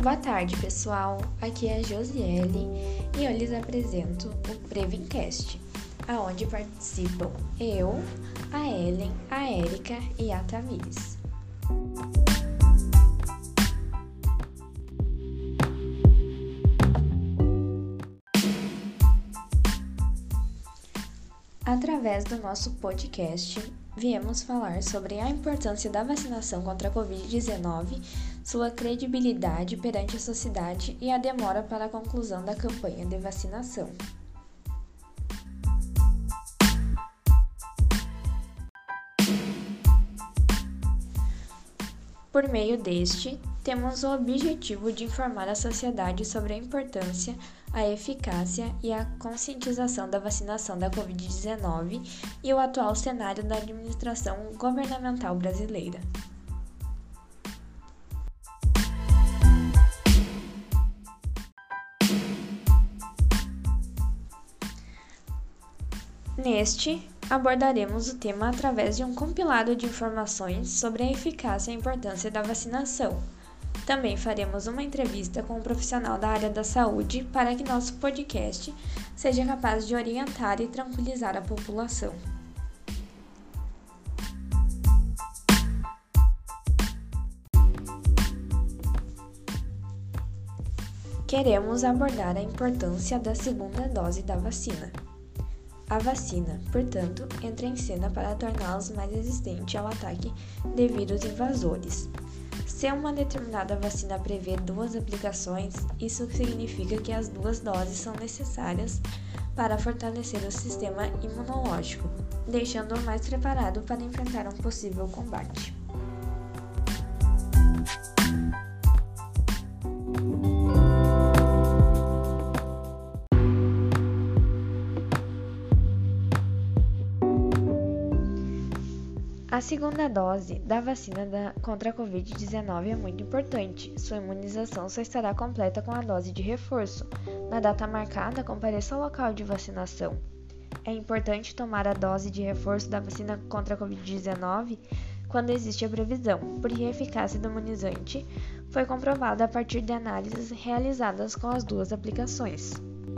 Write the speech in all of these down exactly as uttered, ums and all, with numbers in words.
Boa tarde, pessoal. Aqui é a Josiele e eu lhes apresento o Previncast, aonde participam eu, a Ellen, a Érica e a Tamires. Através do nosso podcast, viemos falar sobre a importância da vacinação contra a covid dezenove, sua credibilidade perante a sociedade e a demora para a conclusão da campanha de vacinação. Por meio deste, temos o objetivo de informar a sociedade sobre a importância, a eficácia e a conscientização da vacinação da covid dezenove e o atual cenário da administração governamental brasileira. Neste, abordaremos o tema através de um compilado de informações sobre a eficácia e a importância da vacinação. Também faremos uma entrevista com um profissional da área da saúde para que nosso podcast seja capaz de orientar e tranquilizar a população. Queremos abordar a importância da segunda dose da vacina. A vacina, portanto, entra em cena para torná-los mais resistentes ao ataque de vírus invasores. Se uma determinada vacina prevê duas aplicações, isso significa que as duas doses são necessárias para fortalecer o sistema imunológico, deixando-o mais preparado para enfrentar um possível combate. A segunda dose da vacina da, contra a covid dezenove é muito importante. Sua imunização só estará completa com a dose de reforço. Na data marcada, compareça ao local de vacinação. É importante tomar a dose de reforço da vacina contra a covid dezenove quando existe a previsão, porque a eficácia do imunizante foi comprovada a partir de análises realizadas com as duas aplicações.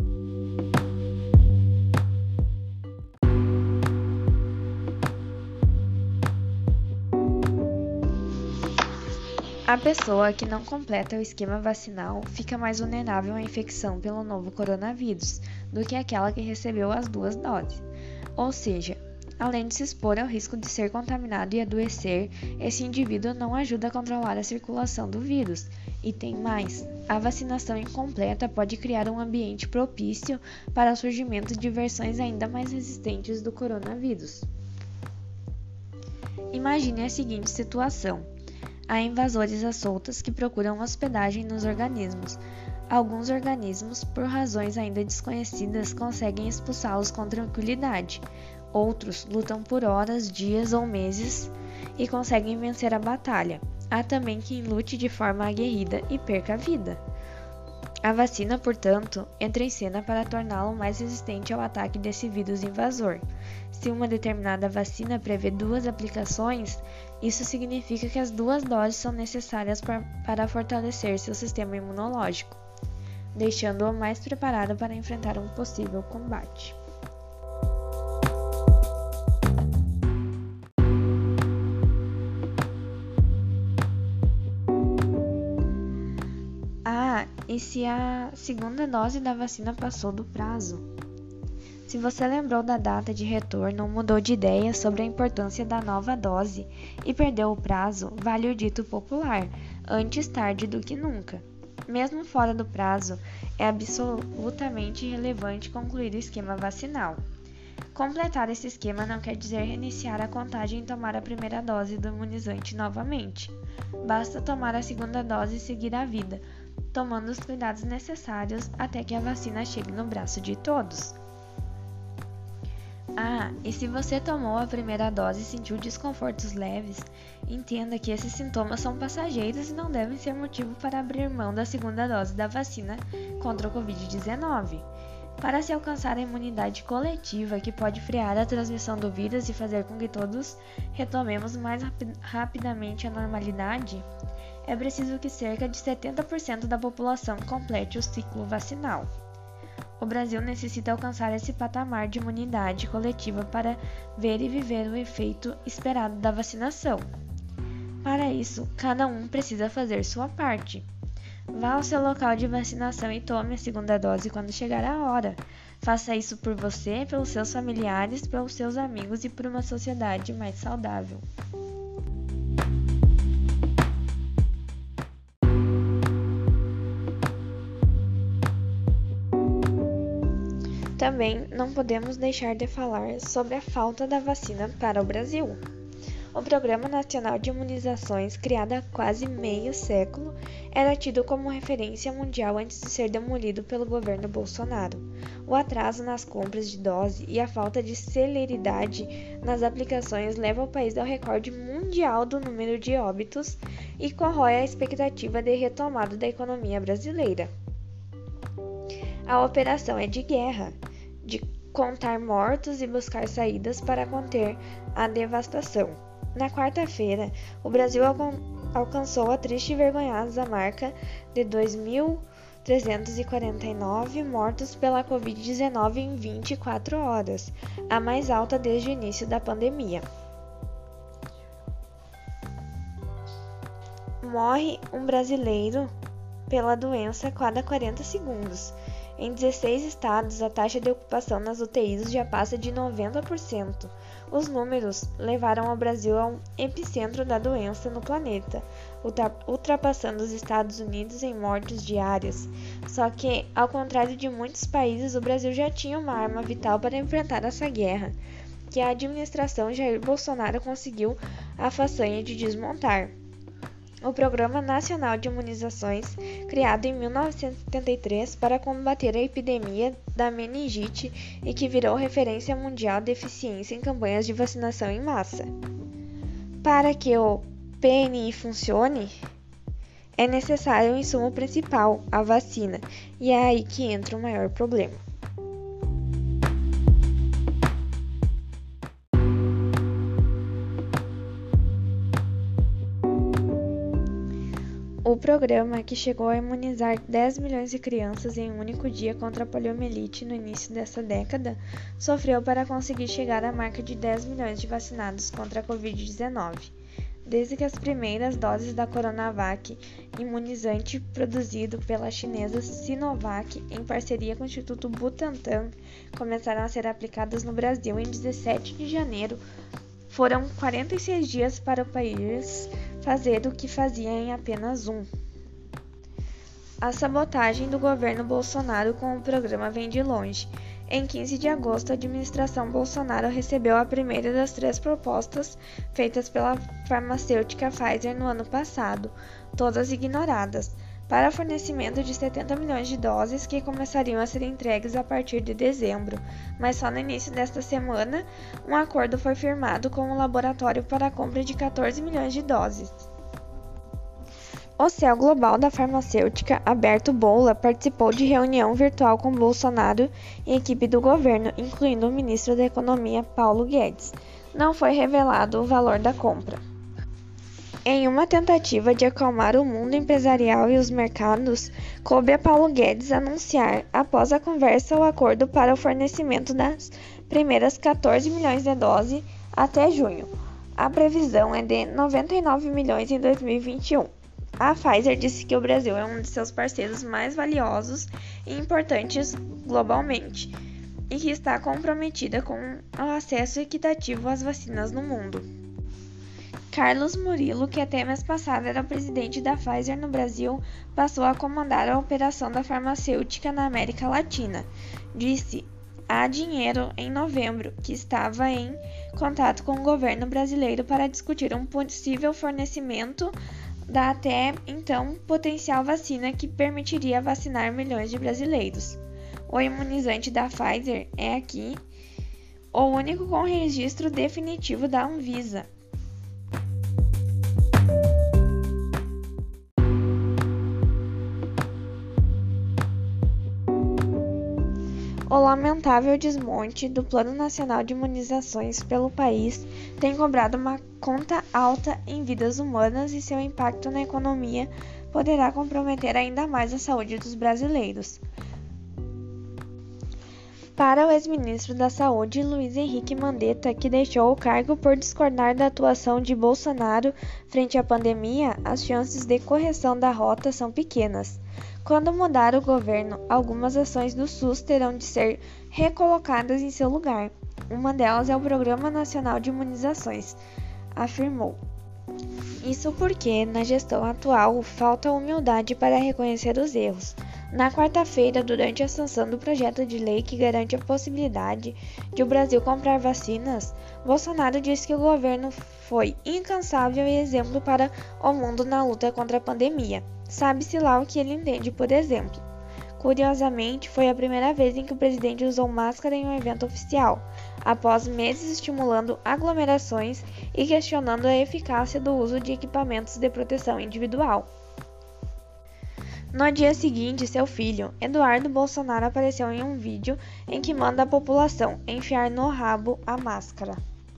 A pessoa que não completa o esquema vacinal fica mais vulnerável à infecção pelo novo coronavírus do que aquela que recebeu as duas doses. Ou seja, além de se expor ao risco de ser contaminado e adoecer, esse indivíduo não ajuda a controlar a circulação do vírus. E tem mais, a vacinação incompleta pode criar um ambiente propício para o surgimento de versões ainda mais resistentes do coronavírus. Imagine a seguinte situação. Há invasores à soltas que procuram hospedagem nos organismos. Alguns organismos, por razões ainda desconhecidas, conseguem expulsá-los com tranquilidade. Outros lutam por horas, dias ou meses e conseguem vencer a batalha. Há também quem lute de forma aguerrida e perca a vida. A vacina, portanto, entra em cena para torná-lo mais resistente ao ataque desse vírus invasor. Se uma determinada vacina prevê duas aplicações, isso significa que as duas doses são necessárias para fortalecer seu sistema imunológico, deixando-o mais preparado para enfrentar um possível combate. Ah, e se a segunda dose da vacina passou do prazo? Se você lembrou da data de retorno ou mudou de ideia sobre a importância da nova dose e perdeu o prazo, vale o dito popular, antes tarde do que nunca. Mesmo fora do prazo, é absolutamente relevante concluir o esquema vacinal. Completar esse esquema não quer dizer reiniciar a contagem e tomar a primeira dose do imunizante novamente. Basta tomar a segunda dose e seguir a vida, tomando os cuidados necessários até que a vacina chegue no braço de todos. Ah, e se você tomou a primeira dose e sentiu desconfortos leves, entenda que esses sintomas são passageiros e não devem ser motivo para abrir mão da segunda dose da vacina contra a covid dezenove. Para se alcançar a imunidade coletiva que pode frear a transmissão do vírus e fazer com que todos retomemos mais rapi- rapidamente a normalidade, é preciso que cerca de setenta por cento da população complete o ciclo vacinal. O Brasil necessita alcançar esse patamar de imunidade coletiva para ver e viver o efeito esperado da vacinação. Para isso, cada um precisa fazer sua parte. Vá ao seu local de vacinação e tome a segunda dose quando chegar a hora. Faça isso por você, pelos seus familiares, pelos seus amigos e por uma sociedade mais saudável. Também não podemos deixar de falar sobre a falta da vacina para o Brasil. O Programa Nacional de Imunizações, criado há quase meio século, era tido como referência mundial antes de ser demolido pelo governo Bolsonaro. O atraso nas compras de dose e a falta de celeridade nas aplicações leva o país ao recorde mundial do número de óbitos e corrói a expectativa de retomada da economia brasileira. A operação é de guerra, de contar mortos e buscar saídas para conter a devastação. Na quarta-feira, o Brasil alcançou a triste e vergonhosa marca de dois mil trezentos e quarenta e nove mortos pela covid dezenove em vinte e quatro horas, a mais alta desde o início da pandemia. Morre um brasileiro pela doença a cada quarenta segundos. Em dezesseis estados, a taxa de ocupação nas U T Is já passa de noventa por cento. Os números levaram o Brasil a um epicentro da doença no planeta, ultrapassando os Estados Unidos em mortes diárias. Só que, ao contrário de muitos países, o Brasil já tinha uma arma vital para enfrentar essa guerra, que a administração Jair Bolsonaro conseguiu a façanha de desmontar. O Programa Nacional de Imunizações, criado em mil novecentos e setenta e três para combater a epidemia da meningite e que virou referência mundial de eficiência em campanhas de vacinação em massa. Para que o P N I funcione, é necessário o insumo principal, a vacina, e é aí que entra o maior problema. O programa, que chegou a imunizar dez milhões de crianças em um único dia contra a poliomielite no início dessa década, sofreu para conseguir chegar à marca de dez milhões de vacinados contra a covid dezenove. Desde que as primeiras doses da Coronavac, imunizante produzido pela chinesa Sinovac em parceria com o Instituto Butantan, começaram a ser aplicadas no Brasil em dezessete de janeiro, foram quarenta e seis dias para o país fazer o que fazia em apenas um. A sabotagem do governo Bolsonaro com o programa vem de longe. Em quinze de agosto, a administração Bolsonaro recebeu a primeira das três propostas feitas pela farmacêutica Pfizer no ano passado, todas ignoradas, para fornecimento de setenta milhões de doses que começariam a ser entregues a partir de dezembro, mas só no início desta semana um acordo foi firmado com o laboratório para a compra de quatorze milhões de doses. O C E O global da farmacêutica, Alberto Bolla, participou de reunião virtual com Bolsonaro e equipe do governo, incluindo o ministro da Economia, Paulo Guedes. Não foi revelado o valor da compra. Em uma tentativa de acalmar o mundo empresarial e os mercados, coube a Paulo Guedes anunciar, após a conversa, o acordo para o fornecimento das primeiras quatorze milhões de doses até junho. A previsão é de noventa e nove milhões em dois mil e vinte e um. A Pfizer disse que o Brasil é um de seus parceiros mais valiosos e importantes globalmente, e que está comprometida com o acesso equitativo às vacinas no mundo. Carlos Murilo, que até mês passado era o presidente da Pfizer no Brasil, passou a comandar a operação da farmacêutica na América Latina. Disse a Dinheiro, em novembro, que estava em contato com o governo brasileiro para discutir um possível fornecimento da até então potencial vacina que permitiria vacinar milhões de brasileiros. O imunizante da Pfizer é aqui o único com registro definitivo da Anvisa. lamentável desmonte do Plano Nacional de Imunizações pelo país tem cobrado uma conta alta em vidas humanas e seu impacto na economia poderá comprometer ainda mais a saúde dos brasileiros. Para o ex-ministro da Saúde, Luiz Henrique Mandetta, que deixou o cargo por discordar da atuação de Bolsonaro frente à pandemia, as chances de correção da rota são pequenas. Quando mudar o governo, algumas ações do SUS terão de ser recolocadas em seu lugar. Uma delas é o Programa Nacional de Imunizações, afirmou. Isso porque, na gestão atual, falta humildade para reconhecer os erros. Na quarta-feira, durante a sanção do projeto de lei que garante a possibilidade de o Brasil comprar vacinas, Bolsonaro disse que o governo foi incansável e exemplo para o mundo na luta contra a pandemia. Sabe-se lá o que ele entende por exemplo. Curiosamente, foi a primeira vez em que o presidente usou máscara em um evento oficial, após meses estimulando aglomerações e questionando a eficácia do uso de equipamentos de proteção individual. No dia seguinte, seu filho, Eduardo Bolsonaro, apareceu em um vídeo em que manda a população enfiar no rabo a máscara.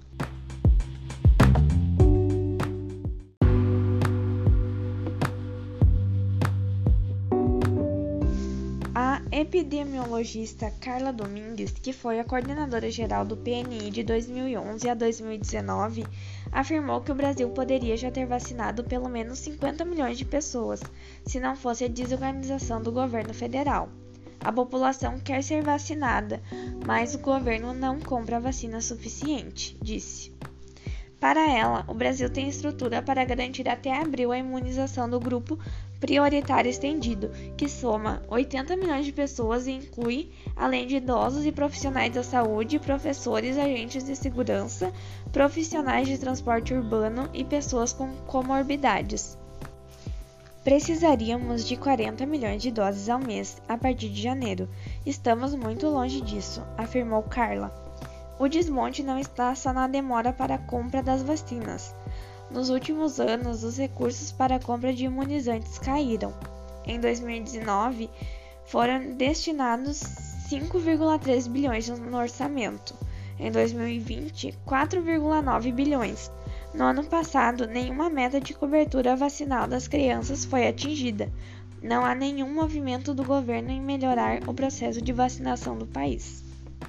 A epidemiologista Carla Domingues, que foi a coordenadora geral do P N I de dois mil e onze a dois mil e dezenove, afirmou que o Brasil poderia já ter vacinado pelo menos cinquenta milhões de pessoas, se não fosse a desorganização do governo federal. A população quer ser vacinada, mas o governo não compra vacina suficiente, disse. Para ela, o Brasil tem estrutura para garantir até abril a imunização do grupo prioritário estendido, que soma oitenta milhões de pessoas e inclui, além de idosos e profissionais da saúde, professores, agentes de segurança, profissionais de transporte urbano e pessoas com comorbidades. Precisaríamos de quarenta milhões de doses ao mês a partir de janeiro. Estamos muito longe disso, afirmou Carla. O desmonte não está só na demora para a compra das vacinas. Nos últimos anos, os recursos para a compra de imunizantes caíram. Em dois mil e dezenove, foram destinados cinco vírgula três bilhões no orçamento. Em dois mil e vinte, quatro vírgula nove bilhões. No ano passado, nenhuma meta de cobertura vacinal das crianças foi atingida. Não há nenhum movimento do governo em melhorar o processo de vacinação do país.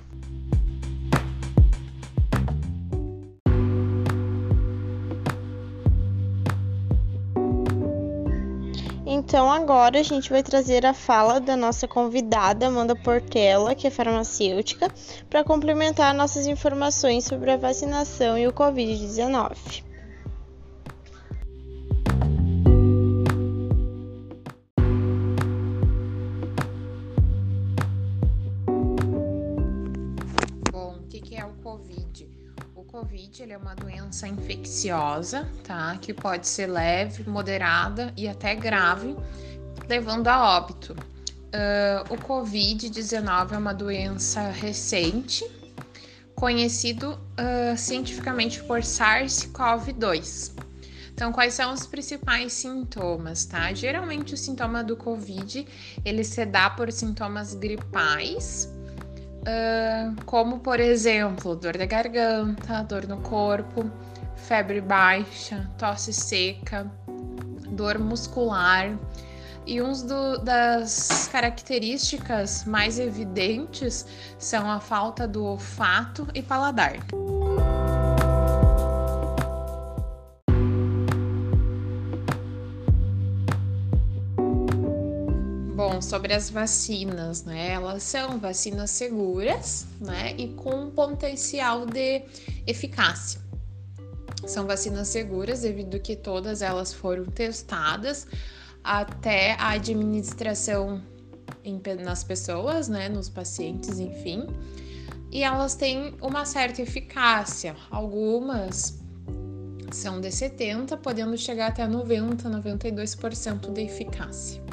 Então agora a gente vai trazer a fala da nossa convidada, Amanda Portela, que é farmacêutica, para complementar nossas informações sobre a vacinação e o covid dezenove. Bom, o que é o Covid? O Covid ele é uma doença infecciosa, tá? Que pode ser leve, moderada e até grave, levando a óbito. Uh, o covid dezenove é uma doença recente, conhecido uh, cientificamente por SARS-CoV dois. Então, quais são os principais sintomas, tá? Geralmente, o sintoma do Covid, ele se dá por sintomas gripais, Uh, como, por exemplo, dor de garganta, dor no corpo, febre baixa, tosse seca, dor muscular. E um das características mais evidentes são a falta do olfato e paladar. Bom, sobre as vacinas, né? Elas são vacinas seguras, né? E com potencial de eficácia. São vacinas seguras devido que todas elas foram testadas até a administração em, nas pessoas, né? Nos pacientes, enfim. E elas têm uma certa eficácia. Algumas são de setenta por cento, podendo chegar até noventa, noventa e dois por cento de eficácia.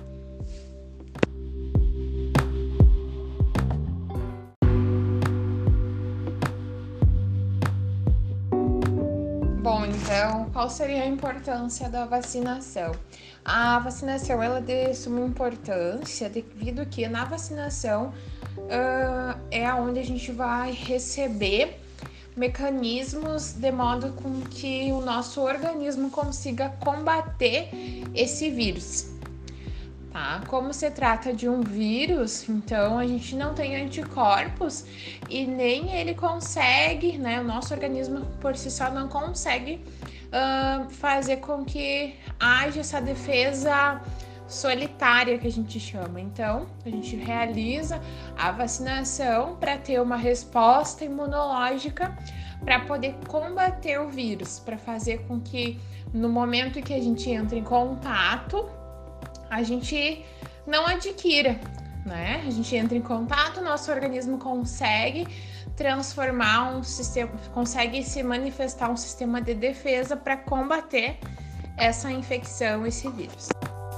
Bom, então, qual seria a importância da vacinação? A vacinação ela é de suma importância devido que na vacinação uh, é onde a gente vai receber mecanismos de modo com que o nosso organismo consiga combater esse vírus. Tá? Como se trata de um vírus, então a gente não tem anticorpos e nem ele consegue, né? O nosso organismo por si só não consegue uh, fazer com que haja essa defesa solitária que a gente chama. Então, a gente realiza a vacinação para ter uma resposta imunológica para poder combater o vírus, para fazer com que no momento que a gente entra em contato, a gente não adquira, né? A gente entra em contato, nosso organismo consegue transformar um sistema, consegue se manifestar um sistema de defesa para combater essa infecção, esse vírus.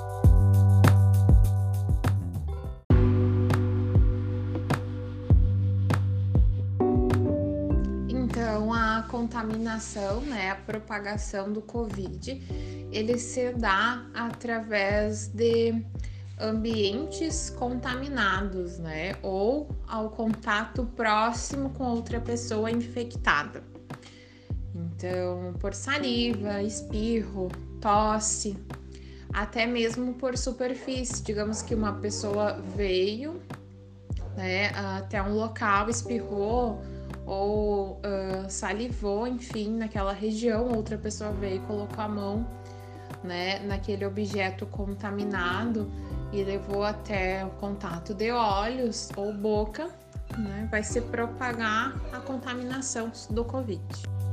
Então, a contaminação, né, a propagação do Covid, ele se dá através de ambientes contaminados, né, ou ao contato próximo com outra pessoa infectada. Então, por saliva, espirro, tosse, até mesmo por superfície. Digamos que uma pessoa veio, né, até um local, espirrou ou uh, salivou, enfim, naquela região, outra pessoa veio e colocou a mão, né, naquele objeto contaminado e levou até o contato de olhos ou boca, né, vai se propagar a contaminação do Covid.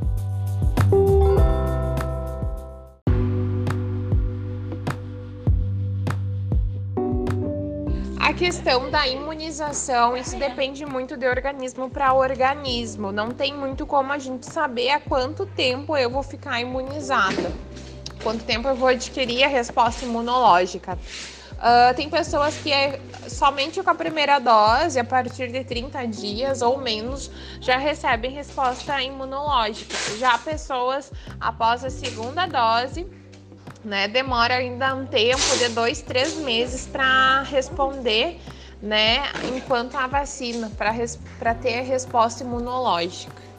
A questão da imunização, isso depende muito de organismo para organismo. Não tem muito como a gente saber há quanto tempo eu vou ficar imunizada, quanto tempo eu vou adquirir a resposta imunológica. Uh, tem pessoas que é somente com a primeira dose, a partir de trinta dias ou menos, já recebem resposta imunológica. Já pessoas após a segunda dose, né, demora ainda um tempo de dois, três meses para responder, né, enquanto a vacina, para res- para ter a resposta imunológica.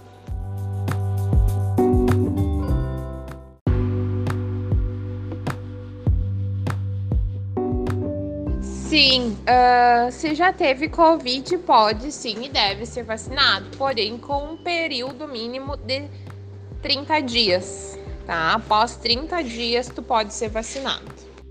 Sim, uh, se já teve Covid, pode sim e deve ser vacinado, porém com um período mínimo de trinta dias, tá? Após trinta dias, tu pode ser vacinado.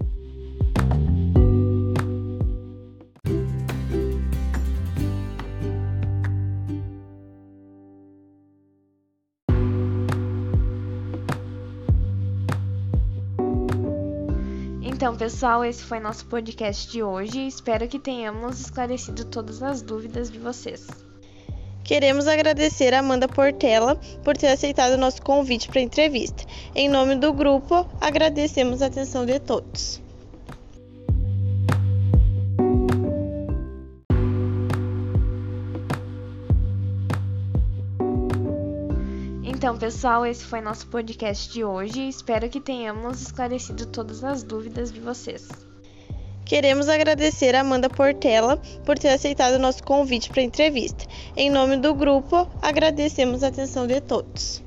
Então, pessoal, esse foi nosso podcast de hoje. Espero que tenhamos esclarecido todas as dúvidas de vocês. Queremos agradecer a Amanda Portela por ter aceitado o nosso convite para a entrevista. Em nome do grupo, agradecemos a atenção de todos. Então, pessoal, esse foi nosso podcast de hoje. Espero que tenhamos esclarecido todas as dúvidas de vocês. Queremos agradecer a Amanda Portela por ter aceitado o nosso convite para a entrevista. Em nome do grupo, agradecemos a atenção de todos.